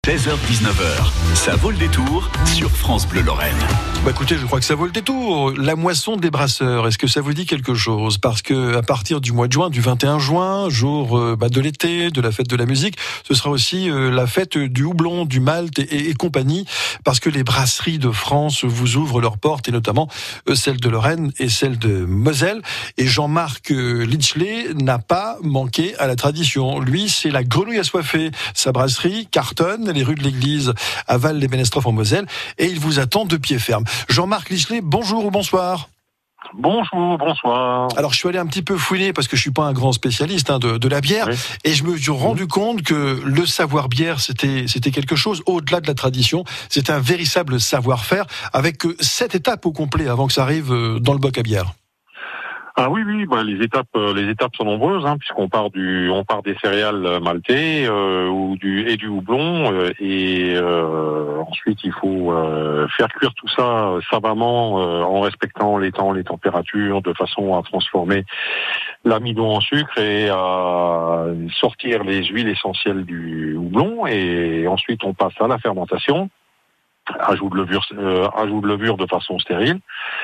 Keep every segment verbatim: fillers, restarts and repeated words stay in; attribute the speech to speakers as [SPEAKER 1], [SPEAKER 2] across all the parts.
[SPEAKER 1] seize heures dix-neuf heures, ça vaut le détour sur France Bleu Lorraine.
[SPEAKER 2] Bah écoutez, je crois que ça vaut le détour. La moisson des brasseurs, est-ce que ça vous dit quelque chose? Parce que à partir du mois de juin, du vingt et un juin, jour euh, bah, de l'été, de la fête de la musique, ce sera aussi euh, la fête du houblon, du malt et, et, et compagnie, parce que les brasseries de France vous ouvrent leurs portes, et notamment euh, celle de Lorraine et celle de Moselle. Et Jean-Marc euh, Litschley n'a pas manqué à la tradition. Lui, c'est la Grenouille Assoiffée. Sa brasserie cartonne les rues de l'église à Val-les-Ménestrophes en Moselle, et il vous attend de pied ferme. Jean-Marc Litschley, bonjour ou bonsoir.
[SPEAKER 3] Bonjour, bonsoir.
[SPEAKER 2] Alors je suis allé un petit peu fouiner parce que je suis pas un grand spécialiste hein, de, de la bière, oui. Et je me suis rendu compte que le savoir bière c'était c'était quelque chose au-delà de la tradition. C'était un véritable savoir-faire avec sept étapes au complet avant que ça arrive dans le boc à bière.
[SPEAKER 3] Ah oui, oui, bah, les étapes, euh, les étapes sont nombreuses, hein, puisqu'on part du, on part des céréales maltais euh, ou du et du houblon, euh, et euh, ensuite il faut euh, faire cuire tout ça savamment euh, en respectant les temps, les températures, de façon à transformer l'amidon en sucre et à sortir les huiles essentielles du houblon, et ensuite on passe à la fermentation, ajout de levure, euh, ajout de levure de façon stérile.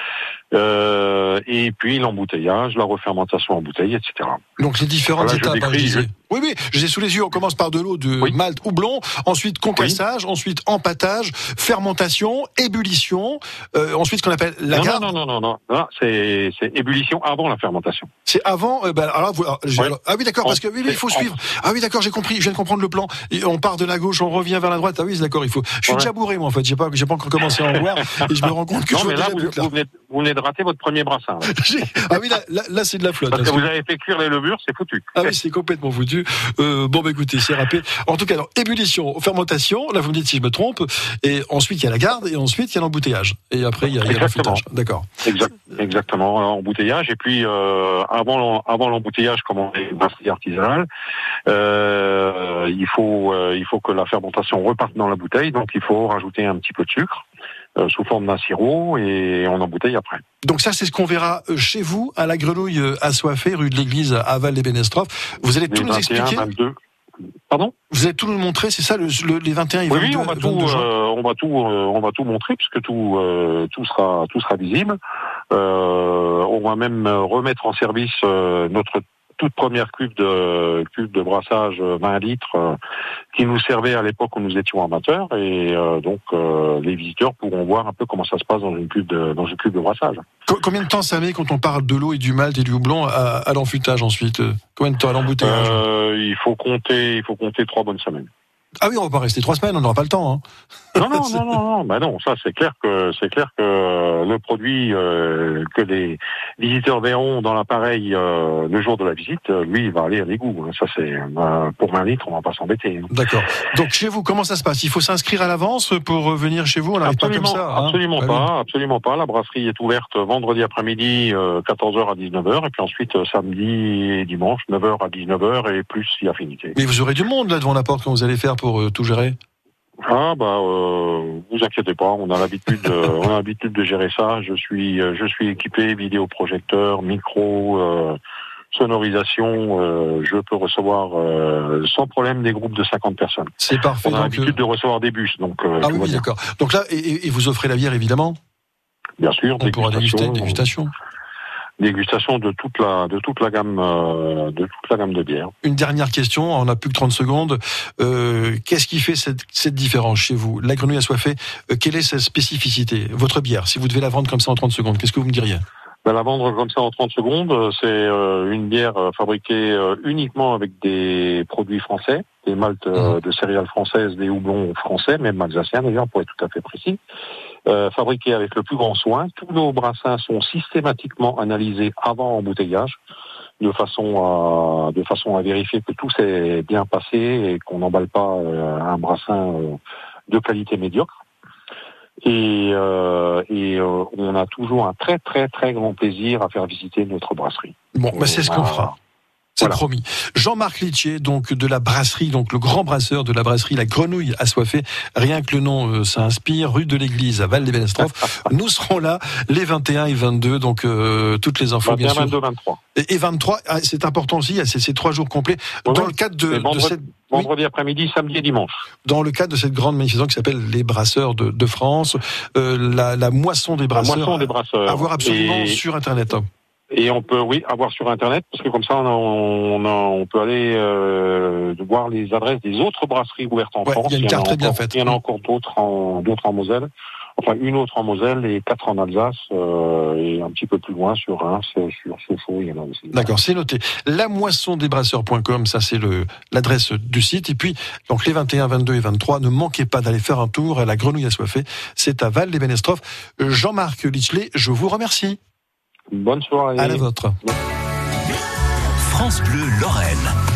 [SPEAKER 3] Euh, et puis l'embouteillage, la refermentation en bouteille, et cetera.
[SPEAKER 2] Donc les différentes
[SPEAKER 3] voilà,
[SPEAKER 2] étapes,
[SPEAKER 3] je décris,
[SPEAKER 2] hein, je disais.
[SPEAKER 3] je...
[SPEAKER 2] Oui, oui, j'ai sous les yeux, on commence par de l'eau de oui. malt houblon, ensuite concassage, oui. ensuite empâtage, fermentation, ébullition, euh, ensuite ce qu'on appelle la
[SPEAKER 3] non,
[SPEAKER 2] garde.
[SPEAKER 3] Non, non, non, non, non, non c'est, c'est ébullition avant la fermentation.
[SPEAKER 2] C'est avant, euh, bah, alors, vous, alors, oui. alors, ah oui, d'accord, parce que oui, oui, il faut suivre. Ah oui, d'accord, j'ai compris, je viens de comprendre le plan. Et on part de la gauche, on revient vers la droite. Ah oui, d'accord, il faut. Je suis ouais. déjà bourré, moi, en fait, j'ai pas, j'ai pas encore commencé à en boire, et je me rends compte que
[SPEAKER 3] non,
[SPEAKER 2] je
[SPEAKER 3] mais là,
[SPEAKER 2] déjà
[SPEAKER 3] vous, vous, venez, vous venez de rater votre premier brassin.
[SPEAKER 2] ah oui, là, là, là, c'est de la flotte.
[SPEAKER 3] Parce que
[SPEAKER 2] là,
[SPEAKER 3] vous avez fait cuire les levures, c'est foutu.
[SPEAKER 2] Ah oui, c'est complètement foutu. Euh, bon, bah écoutez, c'est râpé. En tout cas, alors, ébullition, fermentation, là vous me dites si je me trompe, et ensuite il y a la garde, et ensuite il y a l'embouteillage. Et après il y a, il y a l'enfoutage. D'accord.
[SPEAKER 3] Exact, exactement, l'embouteillage. Et puis euh, avant, avant l'embouteillage, comme on est une brasserie artisanale, euh, il faut, euh, il faut que la fermentation reparte dans la bouteille, donc il faut rajouter un petit peu de sucre euh, sous forme d'un sirop, et on embouteille après.
[SPEAKER 2] Donc ça, c'est ce qu'on verra chez vous, à la Grenouille Assoiffée, rue de l'église à Val-les-Ménestrophes. Vous allez tout nous expliquer.
[SPEAKER 3] vingt-deux Pardon ?
[SPEAKER 2] Vous allez tout nous montrer, c'est ça, le, le, les vingt et un et vingt-deux,
[SPEAKER 3] oui, oui, on va tout, euh, on va tout, euh, on va tout montrer, puisque tout, euh, tout sera, tout sera visible. Euh, on va même remettre en service euh, notre toute première cuve de cuve de brassage vingt litres euh, qui nous servait à l'époque où nous étions amateurs, et euh, donc euh, les visiteurs pourront voir un peu comment ça se passe dans une cuve de dans une cuve de brassage.
[SPEAKER 2] Co- combien de temps ça met quand on parle de l'eau et du malt et du houblon à, à l'enfûtage ensuite? Combien de temps à l'embouteillage?
[SPEAKER 3] euh, Il faut compter, il faut compter trois bonnes semaines.
[SPEAKER 2] Ah oui, on va pas rester trois semaines, on n'aura pas le temps. Hein.
[SPEAKER 3] Non, non, non, non, non, bah non, ça c'est clair que c'est clair que le produit euh, que les visiteurs verront dans l'appareil euh, le jour de la visite, lui, il va aller à l'égout. Ça c'est euh, pour vingt litres, on va pas s'embêter. Hein.
[SPEAKER 2] D'accord. Donc chez vous, comment ça se passe? Il faut s'inscrire à l'avance pour venir chez vous? On n'arrive pas comme ça. Hein.
[SPEAKER 3] Absolument
[SPEAKER 2] bah,
[SPEAKER 3] pas,
[SPEAKER 2] oui.
[SPEAKER 3] absolument pas. La brasserie est ouverte vendredi après-midi, euh, quatorze heures à dix-neuf heures, et puis ensuite euh, samedi et dimanche, neuf heures à dix-neuf heures, et plus si affinité.
[SPEAKER 2] Mais vous aurez du monde là devant la porte quand vous allez faire pour euh, tout gérer?
[SPEAKER 3] Ah bah euh, vous inquiétez pas, on a l'habitude de, on a l'habitude de gérer ça. Je suis je suis équipé vidéoprojecteur, micro, euh, sonorisation. Euh, je peux recevoir euh, sans problème des groupes de cinquante personnes.
[SPEAKER 2] C'est parfait.
[SPEAKER 3] On a
[SPEAKER 2] donc,
[SPEAKER 3] l'habitude
[SPEAKER 2] euh...
[SPEAKER 3] de recevoir des bus, donc. Euh,
[SPEAKER 2] ah oui, oui d'accord. Donc là, et, et vous offrez la bière évidemment.
[SPEAKER 3] Bien sûr.
[SPEAKER 2] On pourra déguster, dégustation.
[SPEAKER 3] Dégustation de toute la de toute la gamme euh, de toute la gamme de bières.
[SPEAKER 2] Une dernière question, on n'a plus que trente secondes. Euh, qu'est-ce qui fait cette, cette différence chez vous? La Grenouille Assoiffée, euh, quelle est sa spécificité? Votre bière, si vous devez la vendre comme ça en trente secondes, qu'est-ce que vous me diriez?
[SPEAKER 3] Ben, la vendre comme ça en trente secondes, c'est euh, une bière fabriquée euh, uniquement avec des produits français, des maltes euh, de céréales françaises, des houblons français, même alsaciens d'ailleurs, pour être tout à fait précis. Euh, fabriqués avec le plus grand soin. Tous nos brassins sont systématiquement analysés avant embouteillage, de façon à de façon à vérifier que tout s'est bien passé et qu'on n'emballe pas euh, un brassin euh, de qualité médiocre. Et, euh, et euh, on a toujours un très très très grand plaisir à faire visiter notre brasserie.
[SPEAKER 2] Bon, bah c'est ce qu'on fera. C'est voilà. Promis. Jean-Marc Litschley, donc de la brasserie, donc le grand brasseur de la brasserie La Grenouille Assoiffée. Rien que le nom, euh, ça inspire. Rue de l'Église à Val-les-Ménestrophes. Nous serons là les vingt et un et vingt-deux, donc euh, toutes les infos bien sûr.
[SPEAKER 3] vingt-deux, vingt-trois.
[SPEAKER 2] Et, et vingt-trois, ah, c'est important aussi. C'est ces trois jours complets.
[SPEAKER 3] Oui,
[SPEAKER 2] dans
[SPEAKER 3] oui.
[SPEAKER 2] le cadre de,
[SPEAKER 3] vendredi,
[SPEAKER 2] de cette.
[SPEAKER 3] vendredi oui. après-midi, samedi et dimanche.
[SPEAKER 2] Dans le cadre de cette grande manifestation qui s'appelle les Brasseurs de, de France, euh, la, la moisson des brasseurs.
[SPEAKER 3] La moisson des brasseurs.
[SPEAKER 2] À voir absolument
[SPEAKER 3] et,
[SPEAKER 2] sur Internet.
[SPEAKER 3] Et on peut, oui, avoir sur Internet, parce que comme ça, on, a, on, a, on peut aller euh, voir les adresses des autres brasseries ouvertes en
[SPEAKER 2] ouais,
[SPEAKER 3] France.
[SPEAKER 2] Il y a une carte très bien faite.
[SPEAKER 3] Il y en a encore d'autres en, d'autres en Moselle. Enfin, une autre en Moselle et quatre en Alsace, euh, et un petit peu plus loin sur Reims, sur Sochaux, il y en a aussi.
[SPEAKER 2] D'accord, c'est noté. la moisson des brasseurs point com, ça c'est le, l'adresse du site. Et puis, donc les vingt et un, vingt-deux et vingt-trois, ne manquez pas d'aller faire un tour à la Grenouille Assoiffée. C'est à Val-les-Ménestrophes. Jean-Marc Litchelet, je vous remercie.
[SPEAKER 3] Bonne soirée.
[SPEAKER 2] À la vôtre.
[SPEAKER 1] France Bleu Lorraine.